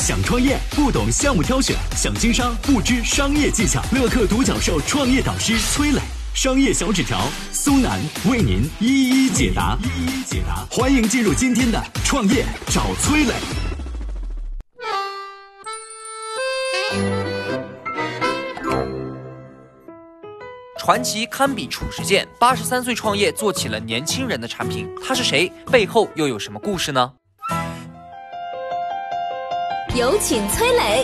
想创业不懂项目挑选，想经商不知商业技巧。乐客独角兽创业导师崔磊，商业小纸条苏南为您一一解答。欢迎进入今天的创业找崔磊。 传奇堪比褚时健，83岁创业做起了年轻人的产品，他是谁？背后又有什么故事呢？ 有请崔磊。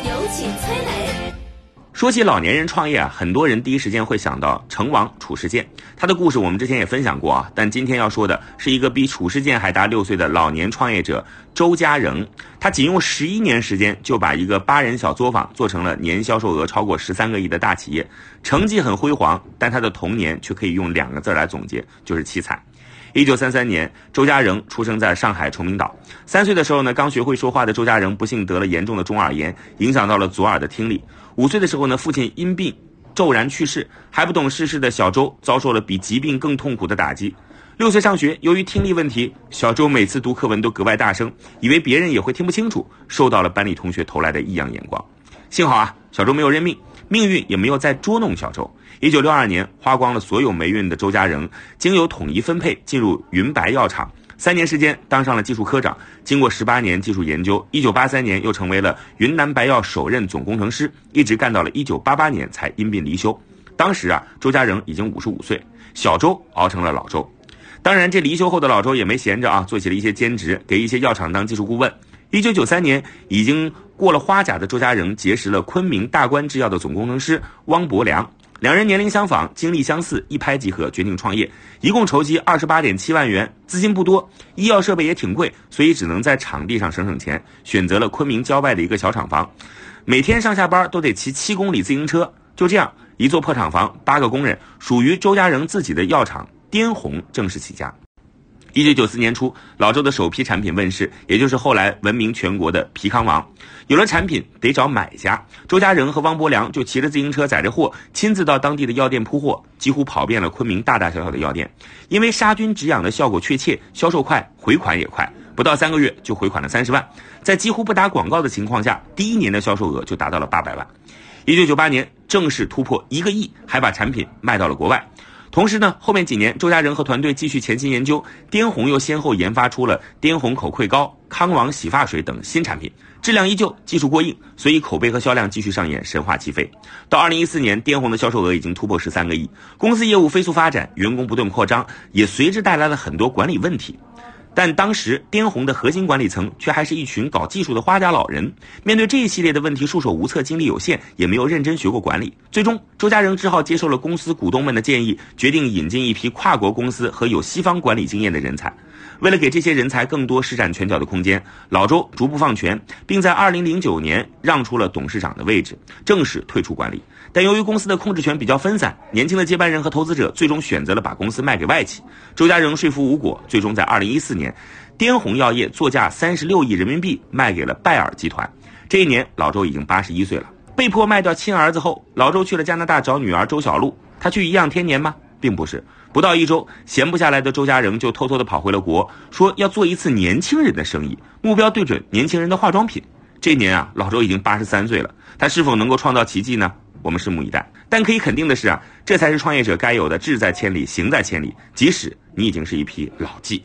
说起老年人创业啊，很多人第一时间会想到成王褚时健，他的故事我们之前也分享过啊。但今天要说的是一个比褚时健还大6岁的老年创业者周家人，他仅用11年时间就把一个8人小作坊做成了年销售额超过13个亿的大企业，成绩很辉煌，但他的童年却可以用2个字来总结，就是凄惨。1933年，周家人出生在上海崇明岛。3岁的时候呢，刚学会说话的周家人不幸得了严重的中耳炎，影响到了左耳的听力。5岁的时候呢，父亲因病骤然去世，还不懂世事的小周遭受了比疾病更痛苦的打击。6岁上学，由于听力问题，小周每次读课文都格外大声，以为别人也会听不清楚，受到了班里同学投来的异样眼光。幸好啊，小周没有认命，命运也没有再捉弄小周。1962年，花光了所有霉运的周家人，经由统一分配进入云白药厂，3年时间当上了技术科长，经过18年技术研究，1983年又成为了云南白药首任总工程师，一直干到了1988年才因病离休。当时啊，周家人已经55岁，小周熬成了老周。当然，这离休后的老周也没闲着啊，做起了一些兼职，给一些药厂当技术顾问。1993年，已经过了花甲的周家人结识了昆明大关制药的总工程师汪伯良，两人年龄相仿，经历相似，一拍即合，决定创业。一共筹集28.7万元，资金不多，医药设备也挺贵，所以只能在场地上省钱，选择了昆明郊外的一个小厂房，每天上下班都得骑7公里自行车。就这样，一座破厂房，8个工人，属于周家人自己的药厂滇红正式起家。1994年初，老周的首批产品问世，也就是后来闻名全国的皮康王。有了产品得找买家，周家人和汪伯良就骑着自行车载着货，亲自到当地的药店铺货，几乎跑遍了昆明大大小小的药店。因为杀菌止痒的效果确切，销售快，回款也快，不到3个月就回款了30万。在几乎不打广告的情况下，第1年的销售额就达到了800万。1998年正式突破1个亿，还把产品卖到了国外。同时呢，后面几年周家人和团队继续潜心研究，滇红又先后研发出了滇红口溃膏、康王洗发水等新产品，质量依旧，技术过硬，所以口碑和销量继续上演神话起飞。到2014年，滇红的销售额已经突破13个亿，公司业务飞速发展，员工不断扩张，也随之带来了很多管理问题。但当时滇红的核心管理层却还是一群搞技术的花甲老人，面对这一系列的问题束手无策，精力有限，也没有认真学过管理。最终周家人只好接受了公司股东们的建议，决定引进一批跨国公司和有西方管理经验的人才。为了给这些人才更多施展拳脚的空间，老周逐步放权，并在2009年让出了董事长的位置，正式退出管理。但由于公司的控制权比较分散，年轻的接班人和投资者最终选择了把公司卖给外企。周家人说服无果，最终在2014年，滇红药业作价36亿人民币卖给了拜耳集团。这一年，老周已经81岁了。被迫卖掉亲儿子后，老周去了加拿大找女儿周小璐。他去颐养天年吗？并不是。不到1周，闲不下来的周家人就偷偷地跑回了国，说要做一次年轻人的生意，目标对准年轻人的化妆品。这一年啊，老周已经83岁了，他是否能够创造奇迹呢？我们拭目以待。但可以肯定的是啊，这才是创业者该有的志在千里，行在千里，即使你已经是一匹老骥。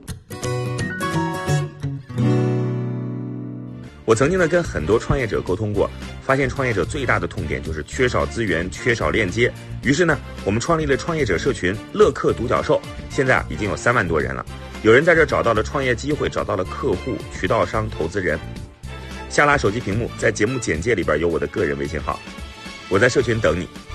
我曾经呢跟很多创业者沟通过，发现创业者最大的痛点就是缺少资源，缺少链接。于是呢，我们创立了创业者社群乐客独角兽，现在已经有3万多人了。有人在这找到了创业机会，找到了客户、渠道商、投资人。下拉手机屏幕，在节目简介里边有我的个人微信号，我在社群等你。